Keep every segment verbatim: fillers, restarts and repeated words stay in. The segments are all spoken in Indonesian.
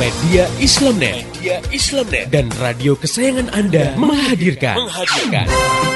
Media Islamnet, Media Islamnet dan radio kesayangan Anda menghadirkan, menghadirkan.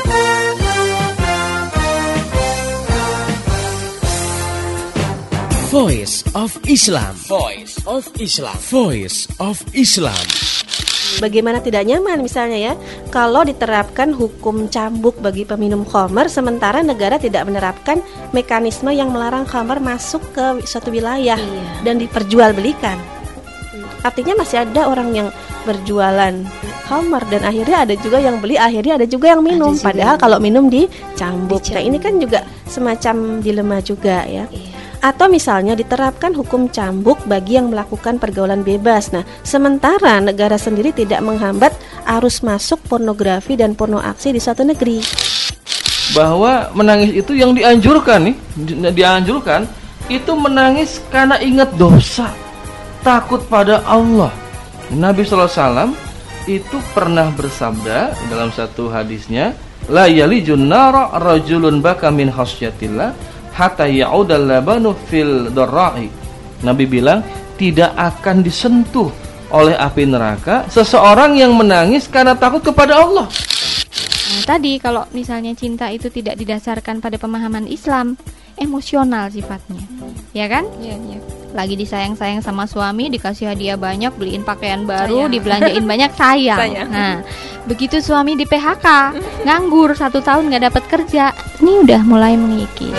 Voice of Islam, Voice of Islam, Voice of Islam. Bagaimana tidak nyaman misalnya ya kalau diterapkan hukum cambuk bagi peminum khamar sementara negara tidak menerapkan mekanisme yang melarang khamar masuk ke suatu wilayah iya. dan diperjualbelikan. Artinya masih ada orang yang berjualan khamar dan akhirnya ada juga yang beli, akhirnya ada juga yang minum. Juga Padahal yang kalau minum dicambuk. Nah ini kan juga semacam dilema juga ya. Iya. Atau misalnya diterapkan hukum cambuk bagi yang melakukan pergaulan bebas. Nah, sementara negara sendiri tidak menghambat arus masuk pornografi dan porno aksi di suatu negeri. Bahwa menangis itu yang dianjurkan nih, dianjurkan itu menangis karena ingat dosa, takut pada Allah. Nabi sallallahu alaihi wasallam itu pernah bersabda dalam satu hadisnya, la yalijun nara rajulun baka min khasyatillah hatta ya'udal labanu fil darra'i. Nabi bilang tidak akan disentuh oleh api neraka seseorang yang menangis karena takut kepada Allah. Nah, tadi kalau misalnya cinta itu tidak didasarkan pada pemahaman Islam, emosional sifatnya. Ya kan? Iya, iya. Lagi disayang-sayang sama suami, dikasih hadiah banyak, beliin pakaian baru, sayang. Dibelanjain banyak, sayang. sayang. Nah, begitu suami di P H K, nganggur satu tahun nggak dapat kerja, ini udah mulai mengikis.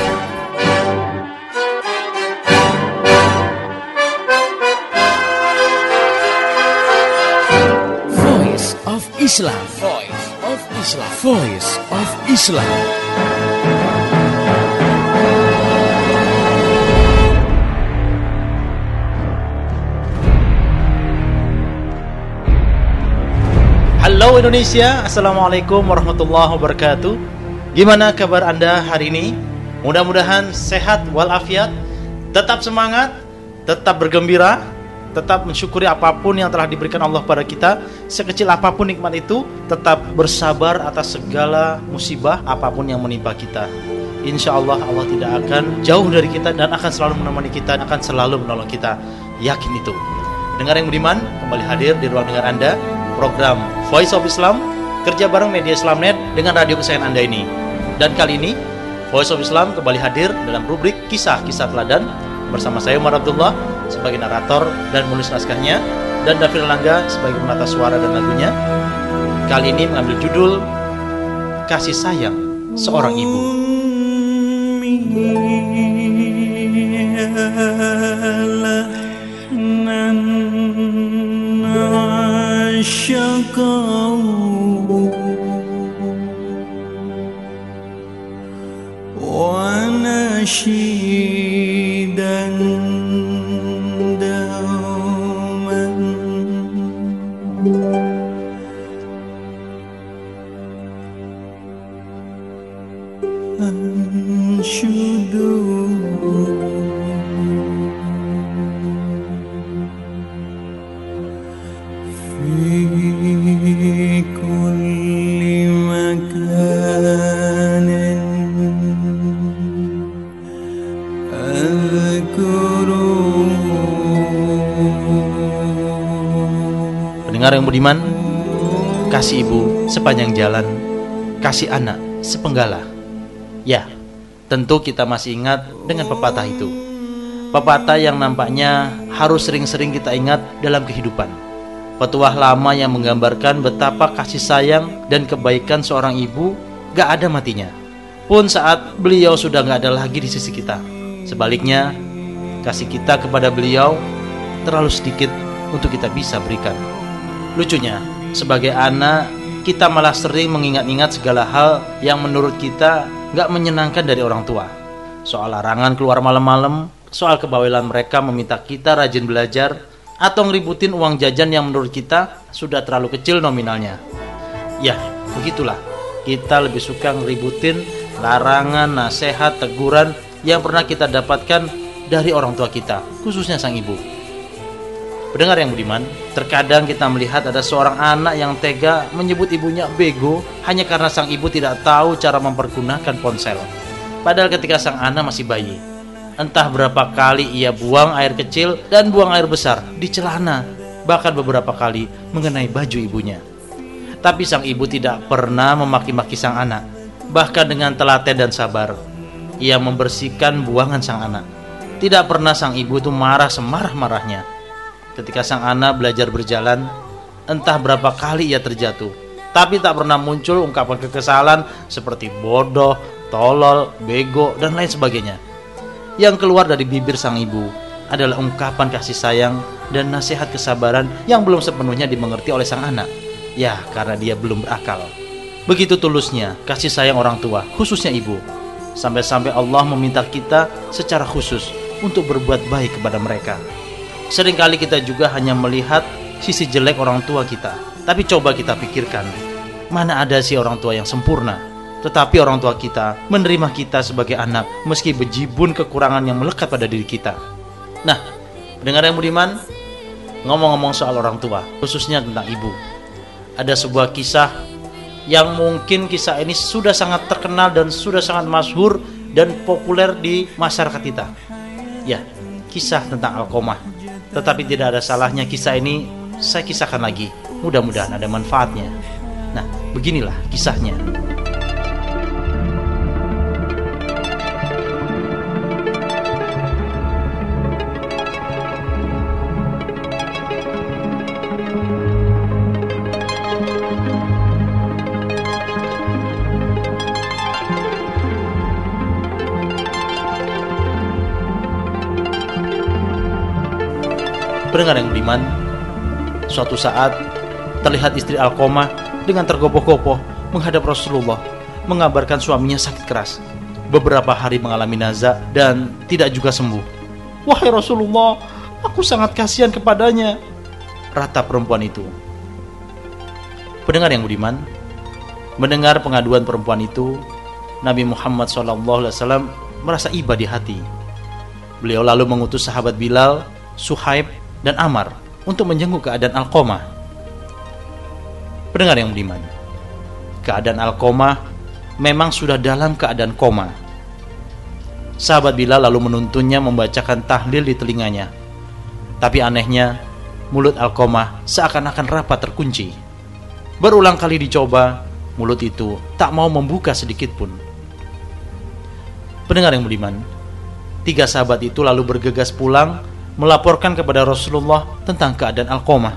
Islam, Voice of Islam, Voice of Islam. Halo Indonesia, Assalamualaikum warahmatullahi wabarakatuh. Gimana kabar Anda hari ini? Mudah-mudahan sehat walafiat, tetap semangat, tetap bergembira, tetap mensyukuri apapun yang telah diberikan Allah pada kita. Sekecil apapun nikmat itu, tetap bersabar atas segala musibah apapun yang menimpa kita. Insya Allah Allah tidak akan jauh dari kita dan akan selalu menemani kita, akan selalu menolong kita. Yakin itu. Dengar yang budiman, kembali hadir di ruang dengar Anda, program Voice of Islam, kerja bareng Media Islamnet dengan radio kesayangan Anda ini. Dan kali ini Voice of Islam kembali hadir dalam rubrik Kisah-Kisah Teladan bersama saya Umar Abdullah sebagai narator dan menulis naskahnya, dan Dafir Langga sebagai penata suara dan lagunya. Kali ini mengambil judul Kasih Sayang Seorang Ibu. Pendengar yang budiman, kasih ibu sepanjang jalan, kasih anak sepenggalah. Ya, tentu kita masih ingat dengan pepatah itu. Pepatah yang nampaknya harus sering-sering kita ingat dalam kehidupan. Petuah lama yang menggambarkan betapa kasih sayang dan kebaikan seorang ibu gak ada matinya, pun saat beliau sudah gak ada lagi di sisi kita. Sebaliknya, kasih kita kepada beliau terlalu sedikit untuk kita bisa berikan. Lucunya, sebagai anak, kita malah sering mengingat-ingat segala hal yang menurut kita gak menyenangkan dari orang tua. Soal larangan keluar malam-malam, soal kebawelan mereka meminta kita rajin belajar, atau ngeributin uang jajan yang menurut kita sudah terlalu kecil nominalnya. Ya, begitulah. Kita lebih suka ngeributin larangan, nasihat, teguran yang pernah kita dapatkan dari orang tua kita, khususnya sang ibu. Pendengar yang budiman, terkadang kita melihat ada seorang anak yang tega menyebut ibunya bego hanya karena sang ibu tidak tahu cara mempergunakan ponsel. Padahal ketika sang anak masih bayi, entah berapa kali ia buang air kecil dan buang air besar di celana bahkan beberapa kali mengenai baju ibunya. Tapi sang ibu tidak pernah memaki-maki sang anak. Bahkan dengan telaten dan sabar, ia membersihkan buangan sang anak. Tidak pernah sang ibu itu marah semarah-marahnya. Ketika sang anak belajar berjalan, entah berapa kali ia terjatuh, tapi tak pernah muncul ungkapan kekesalan seperti bodoh, tolol, bego, dan lain sebagainya. Yang keluar dari bibir sang ibu adalah ungkapan kasih sayang dan nasihat kesabaran yang belum sepenuhnya dimengerti oleh sang anak. Ya, karena dia belum berakal. Begitu tulusnya kasih sayang orang tua, khususnya ibu. Sampai-sampai Allah meminta kita secara khusus untuk berbuat baik kepada mereka. Seringkali kita juga hanya melihat sisi jelek orang tua kita. Tapi coba kita pikirkan, mana ada sih orang tua yang sempurna? Tetapi orang tua kita menerima kita sebagai anak meski bejibun kekurangan yang melekat pada diri kita. Nah, pendengar yang budiman, ngomong-ngomong soal orang tua, khususnya tentang ibu, ada sebuah kisah yang mungkin kisah ini sudah sangat terkenal dan sudah sangat masyhur dan populer di masyarakat kita. Ya, kisah tentang Alqamah. Tetapi tidak ada salahnya kisah ini saya kisahkan lagi. Mudah-mudahan ada manfaatnya. Nah, beginilah kisahnya. Pendengar yang beriman, suatu saat terlihat istri Alqamah dengan tergopoh-gopoh menghadap Rasulullah, mengabarkan suaminya sakit keras, beberapa hari mengalami nazak dan tidak juga sembuh. "Wahai Rasulullah, aku sangat kasihan kepadanya," ratap perempuan itu. Pendengar yang budiman, mendengar pengaduan perempuan itu, Nabi Muhammad shallallahu alaihi wasallam merasa iba di hati. Beliau lalu mengutus sahabat Bilal, Suhaib, dan Amar untuk menjenguk keadaan Alqamah. Pendengar yang budiman, keadaan Alqamah memang sudah dalam keadaan koma. Sahabat Bilal lalu menuntunnya membacakan tahlil di telinganya. Tapi anehnya, mulut Alqamah seakan-akan rapat terkunci. Berulang kali dicoba, mulut itu tak mau membuka sedikit pun. Pendengar yang budiman, tiga sahabat itu lalu bergegas pulang melaporkan kepada Rasulullah tentang keadaan Alqamah.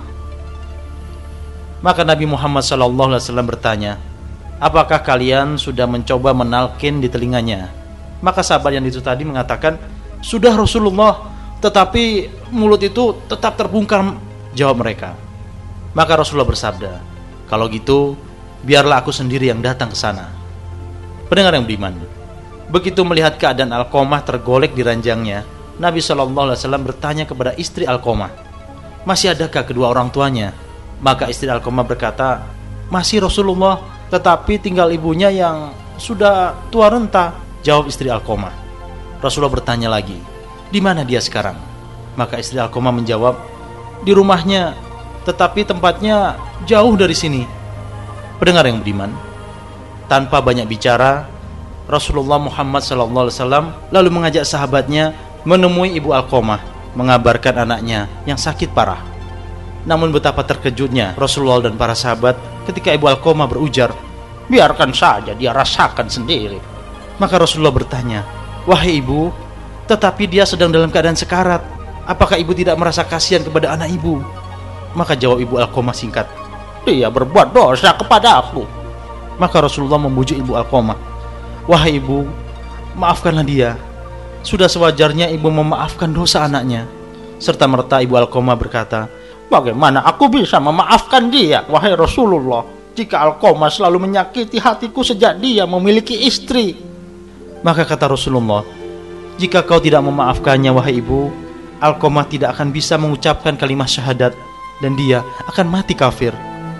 Maka Nabi Muhammad shallallahu alaihi wasallam bertanya, "Apakah kalian sudah mencoba menalkin di telinganya?" Maka sahabat yang itu tadi mengatakan, "Sudah Rasulullah, tetapi mulut itu tetap terbungkam," jawab mereka. Maka Rasulullah bersabda, "Kalau gitu, biarlah aku sendiri yang datang ke sana." Pendengar yang beriman, begitu melihat keadaan Alqamah tergolek di ranjangnya, Nabi shallallahu alaihi wasallam bertanya kepada istri Alqamah, "Masih adakah kedua orang tuanya?" Maka istri Alqamah berkata, "Masih Rasulullah, tetapi tinggal ibunya yang sudah tua renta," jawab istri Alqamah. Rasulullah bertanya lagi, "Di mana dia sekarang?" Maka istri Alqamah menjawab, "Di rumahnya, tetapi tempatnya jauh dari sini." Pendengar yang beriman, tanpa banyak bicara, Rasulullah Muhammad shallallahu alaihi wasallam lalu mengajak sahabatnya menemui ibu Alqamah, mengabarkan anaknya yang sakit parah. Namun betapa terkejutnya Rasulullah dan para sahabat ketika ibu Alqamah berujar, "Biarkan saja dia rasakan sendiri." Maka Rasulullah bertanya, "Wahai ibu, tetapi dia sedang dalam keadaan sekarat. Apakah ibu tidak merasa kasihan kepada anak ibu?" Maka jawab ibu Alqamah singkat, "Dia berbuat dosa kepada aku." Maka Rasulullah membujuk ibu Alqamah, "Wahai ibu, maafkanlah dia. Sudah sewajarnya ibu memaafkan dosa anaknya." Serta merta ibu Alqamah berkata, "Bagaimana aku bisa memaafkan dia, wahai Rasulullah, jika Alqamah selalu menyakiti hatiku sejak dia memiliki istri?" Maka kata Rasulullah, "Jika kau tidak memaafkannya, wahai ibu, Alqamah tidak akan bisa mengucapkan kalimat syahadat dan dia akan mati kafir."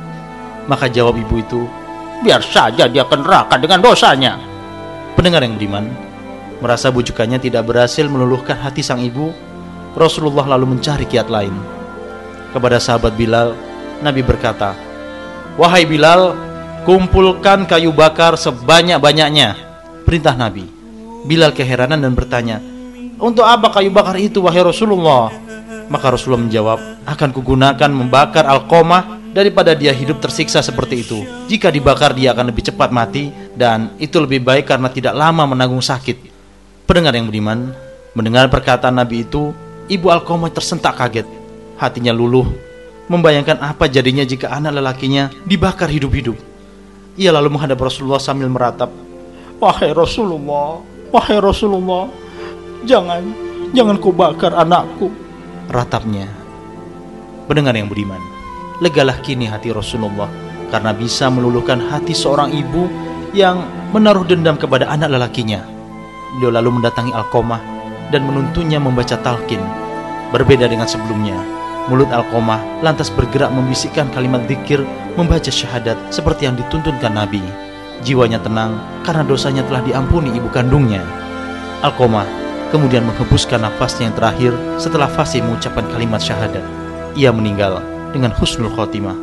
Maka jawab ibu itu, "Biar saja dia ke neraka dengan dosanya." Pendengar yang beriman, merasa bujukannya tidak berhasil meluluhkan hati sang ibu, Rasulullah lalu mencari kiat lain. Kepada sahabat Bilal, Nabi berkata, "Wahai Bilal, kumpulkan kayu bakar sebanyak-banyaknya," perintah Nabi. Bilal keheranan dan bertanya, "Untuk apa kayu bakar itu, wahai Rasulullah?" Maka Rasulullah menjawab, akan kugunakan membakar Alqamah daripada dia hidup tersiksa seperti itu. Jika dibakar dia akan lebih cepat mati, dan itu lebih baik karena tidak lama menanggung sakit. Pendengar yang budiman, mendengar perkataan Nabi itu, ibu Alqamah tersentak kaget. Hatinya luluh, membayangkan apa jadinya jika anak lelakinya dibakar hidup-hidup. Ia lalu menghadap Rasulullah sambil meratap, "Wahai Rasulullah, wahai Rasulullah, jangan, jangan kau bakar anakku." Ratapnya. Pendengar yang budiman, legalah kini hati Rasulullah karena bisa meluluhkan hati seorang ibu yang menaruh dendam kepada anak lelakinya. Beliau lalu mendatangi Alqamah dan menuntunnya membaca talqin. Berbeda dengan sebelumnya, mulut Alqamah lantas bergerak membisikkan kalimat zikir, membaca syahadat seperti yang dituntunkan Nabi. Jiwanya tenang karena dosanya telah diampuni ibu kandungnya. Alqamah kemudian menghembuskan nafasnya yang terakhir setelah fasih mengucapkan kalimat syahadat. Ia meninggal dengan husnul khotimah.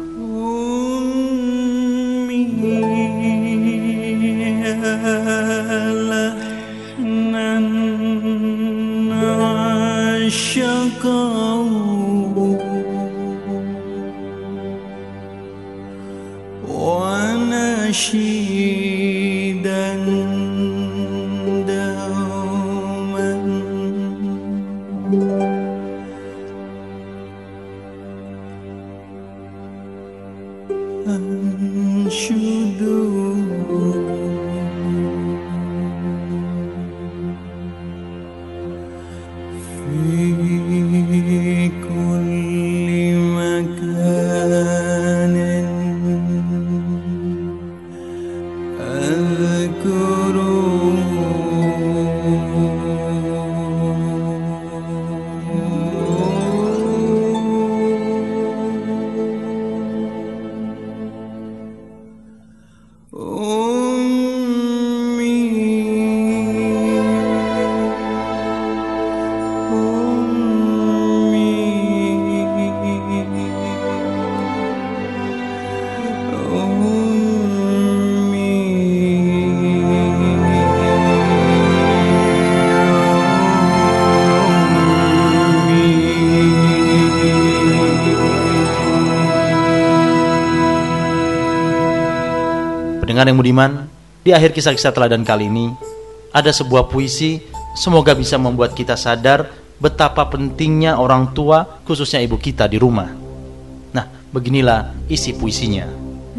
Pendengar yang budiman, di akhir kisah-kisah teladan kali ini ada sebuah puisi, semoga bisa membuat kita sadar betapa pentingnya orang tua, khususnya ibu kita di rumah. Nah, beginilah isi puisinya.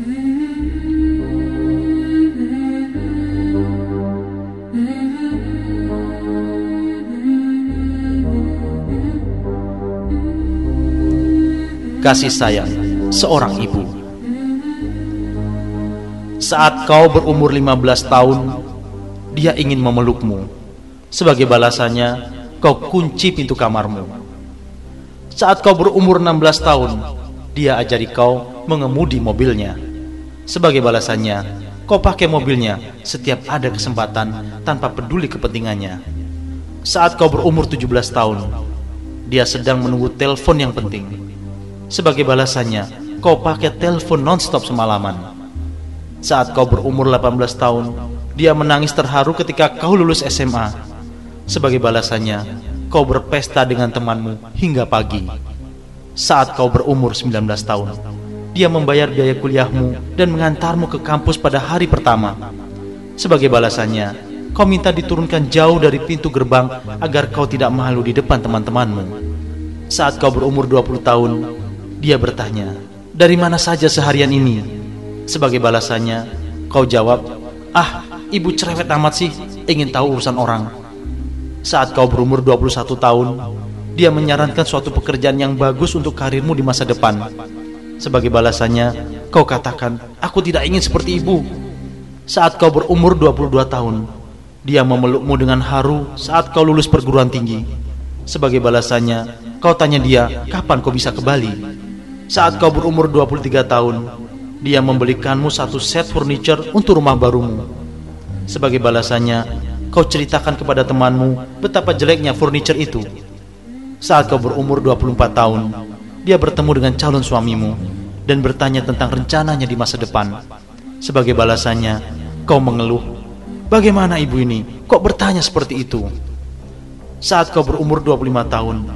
Kasih sayang seorang ibu. Saat kau berumur lima belas tahun, dia ingin memelukmu. Sebagai balasannya, kau kunci pintu kamarmu. Saat kau berumur enam belas tahun, dia ajari kau mengemudi mobilnya. Sebagai balasannya, kau pakai mobilnya setiap ada kesempatan tanpa peduli kepentingannya. Saat kau berumur tujuh belas tahun, dia sedang menunggu telepon yang penting. Sebagai balasannya, kau pakai telepon non-stop semalaman. Saat kau berumur delapan belas tahun, dia menangis terharu ketika kau lulus S M A. Sebagai balasannya, kau berpesta dengan temanmu hingga pagi. Saat kau berumur sembilan belas tahun, dia membayar biaya kuliahmu dan mengantarmu ke kampus pada hari pertama. Sebagai balasannya, kau minta diturunkan jauh dari pintu gerbang agar kau tidak malu di depan teman-temanmu. Saat kau berumur dua puluh tahun, dia bertanya, "Dari mana saja seharian ini?" Sebagai balasannya, kau jawab, "Ah, ibu cerewet amat sih, ingin tahu urusan orang." Saat kau berumur dua puluh satu tahun, dia menyarankan suatu pekerjaan yang bagus untuk karirmu di masa depan. Sebagai balasannya, kau katakan, "Aku tidak ingin seperti ibu." Saat kau berumur dua puluh dua tahun, dia memelukmu dengan haru saat kau lulus perguruan tinggi. Sebagai balasannya, kau tanya dia, "Kapan kau bisa ke Bali?" Saat kau berumur dua puluh tiga tahun, dia membelikanmu satu set furniture untuk rumah barumu. Sebagai balasannya, kau ceritakan kepada temanmu betapa jeleknya furniture itu. Saat kau berumur dua puluh empat tahun, dia bertemu dengan calon suamimu dan bertanya tentang rencananya di masa depan. Sebagai balasannya, kau mengeluh, "Bagaimana ibu ini? Kok bertanya seperti itu?" Saat kau berumur dua puluh lima tahun,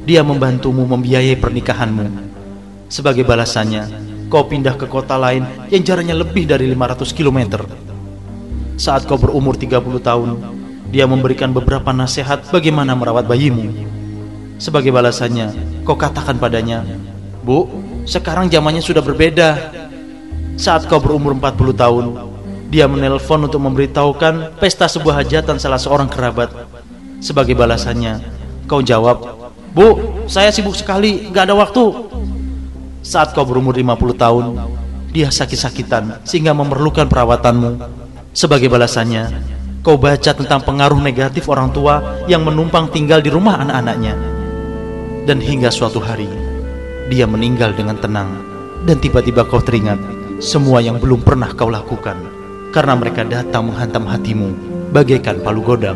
dia membantumu membiayai pernikahanmu. Sebagai balasannya, kau pindah ke kota lain yang jaraknya lebih dari lima ratus kilometer. Saat kau berumur tiga puluh tahun, dia memberikan beberapa nasihat bagaimana merawat bayimu. Sebagai balasannya, kau katakan padanya, "Bu, sekarang zamannya sudah berbeda." Saat kau berumur empat puluh tahun, dia menelpon untuk memberitahukan pesta sebuah hajatan salah seorang kerabat. Sebagai balasannya, kau jawab, "Bu, saya sibuk sekali, gak ada waktu." Saat kau berumur lima puluh tahun, dia sakit-sakitan sehingga memerlukan perawatanmu. Sebagai balasannya, kau baca tentang pengaruh negatif orang tua yang menumpang tinggal di rumah anak-anaknya. Dan hingga suatu hari, dia meninggal dengan tenang. Dan tiba-tiba kau teringat semua yang belum pernah kau lakukan, karena mereka datang menghantam hatimu bagaikan palu godam.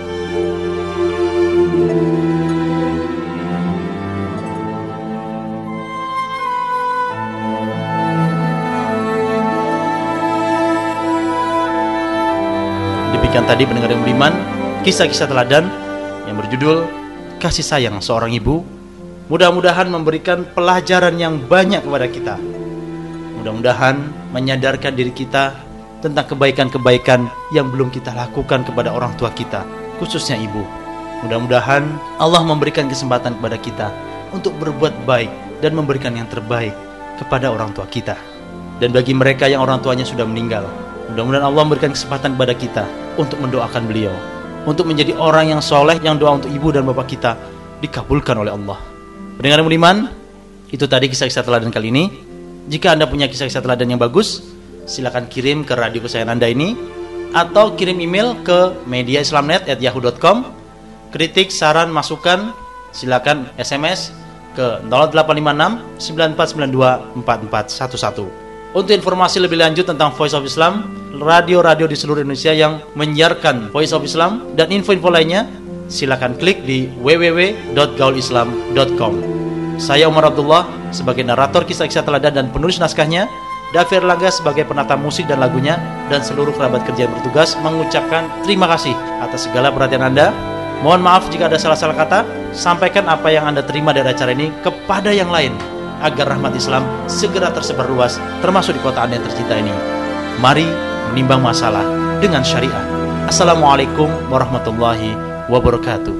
Demikian tadi pendengar yang beriman, kisah-kisah teladan yang berjudul Kasih Sayang Seorang Ibu. Mudah-mudahan memberikan pelajaran yang banyak kepada kita. Mudah-mudahan menyadarkan diri kita tentang kebaikan-kebaikan yang belum kita lakukan kepada orang tua kita, khususnya ibu. Mudah-mudahan Allah memberikan kesempatan kepada kita untuk berbuat baik dan memberikan yang terbaik kepada orang tua kita. Dan bagi mereka yang orang tuanya sudah meninggal, mudah-mudahan Allah memberikan kesempatan kepada kita untuk mendoakan beliau, untuk menjadi orang yang soleh, yang doa untuk ibu dan bapak kita dikabulkan oleh Allah. Pendengar yang beriman, itu tadi kisah-kisah teladan kali ini. Jika Anda punya kisah-kisah teladan yang bagus, silakan kirim ke radio kesayangan Anda ini, atau kirim email ke media islamnet at yahoo dot com. Kritik, saran, masukan, silakan S M S ke nol delapan lima enam sembilan empat sembilan dua empat empat satu satu. Untuk informasi lebih lanjut tentang Voice of Islam, radio-radio di seluruh Indonesia yang menyiarkan Voice of Islam, dan info-info lainnya, silakan klik di w w w dot gaul islam dot com. Saya Umar Abdullah sebagai narator kisah-kisah teladan dan penulis naskahnya, Davi Erlangga sebagai penata musik dan lagunya, dan seluruh kerabat kerja yang bertugas mengucapkan terima kasih atas segala perhatian Anda. Mohon maaf jika ada salah-salah kata. Sampaikan apa yang Anda terima dari acara ini kepada yang lain, agar rahmat Islam segera tersebar luas, termasuk di kota Anda yang tercinta ini. Mari menimbang masalah dengan syariah. Assalamualaikum warahmatullahi wabarakatuh.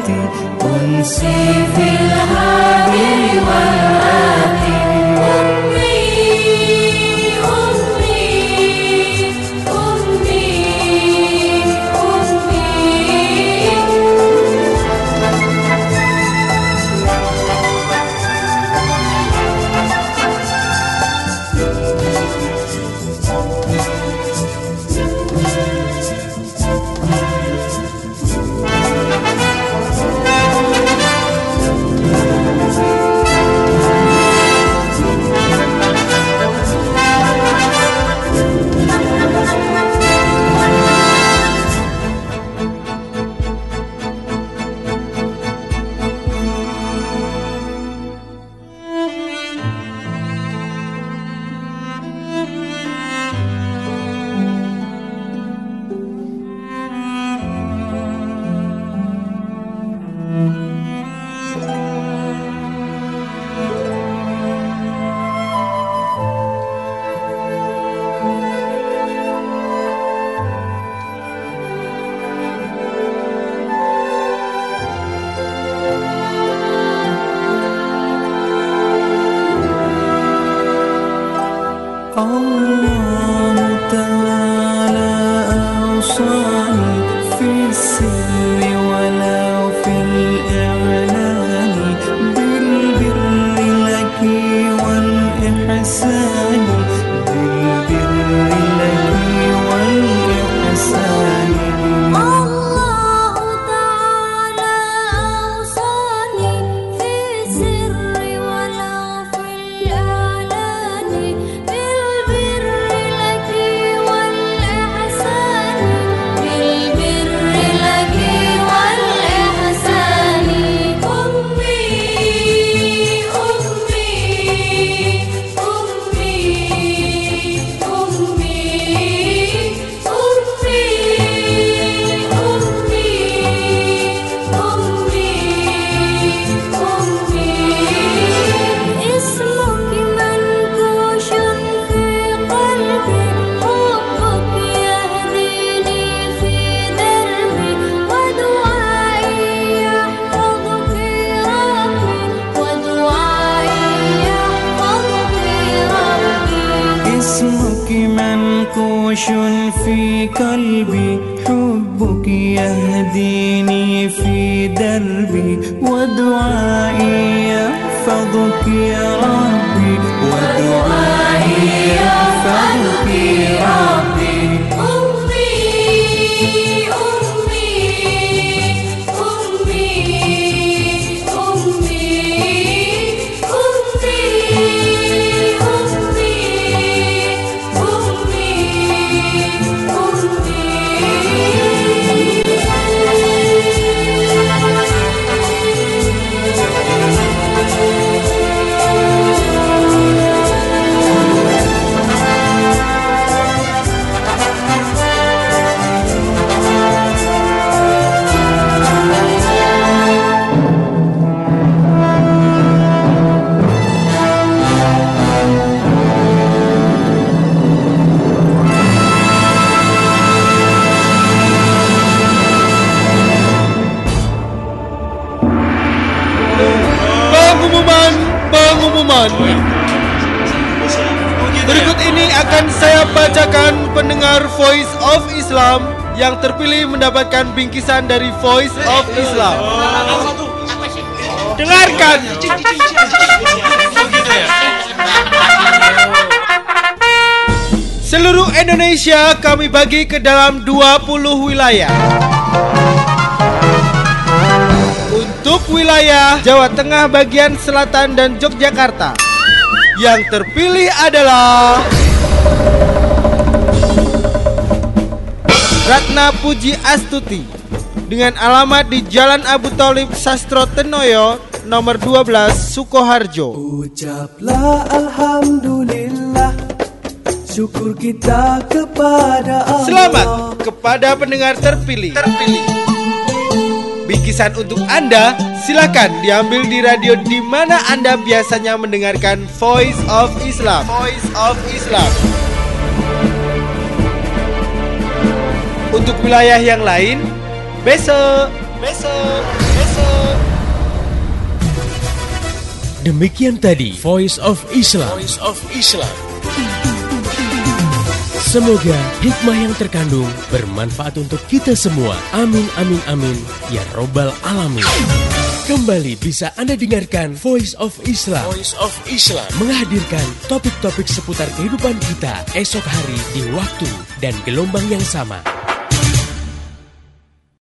الآتي أنسي في الحاضر والآتي أمي أمي أمي في قلبي حبك يهديني في دربي ودعائي يحفظك يا ربي ودعائي يحفظك يا ربي Berikut ini akan saya bacakan pendengar Voice of Islam yang terpilih mendapatkan bingkisan dari Voice of Islam. Dengarkan. Seluruh Indonesia kami bagi ke dalam dua puluh wilayah. Untuk wilayah Jawa Tengah bagian selatan dan Yogyakarta, yang terpilih adalah Ratna Puji Astuti dengan alamat di Jalan Abu Tholib Sastro Tenoyo nomor dua belas Sukoharjo. Ucaplah alhamdulillah, syukur kita kepada Allah. Selamat kepada pendengar terpilih. Terpilih. Bingkisan untuk Anda silakan diambil di radio di mana Anda biasanya mendengarkan Voice of Islam. Voice of Islam. Untuk wilayah yang lain, besok, besok, besok. Demikian tadi Voice of Islam. Voice of Islam. Semoga hikmah yang terkandung bermanfaat untuk kita semua. Amin, amin, amin. Ya Robbal Alamin. Kembali bisa Anda dengarkan Voice of Islam. Voice of Islam menghadirkan topik-topik seputar kehidupan kita esok hari di waktu dan gelombang yang sama.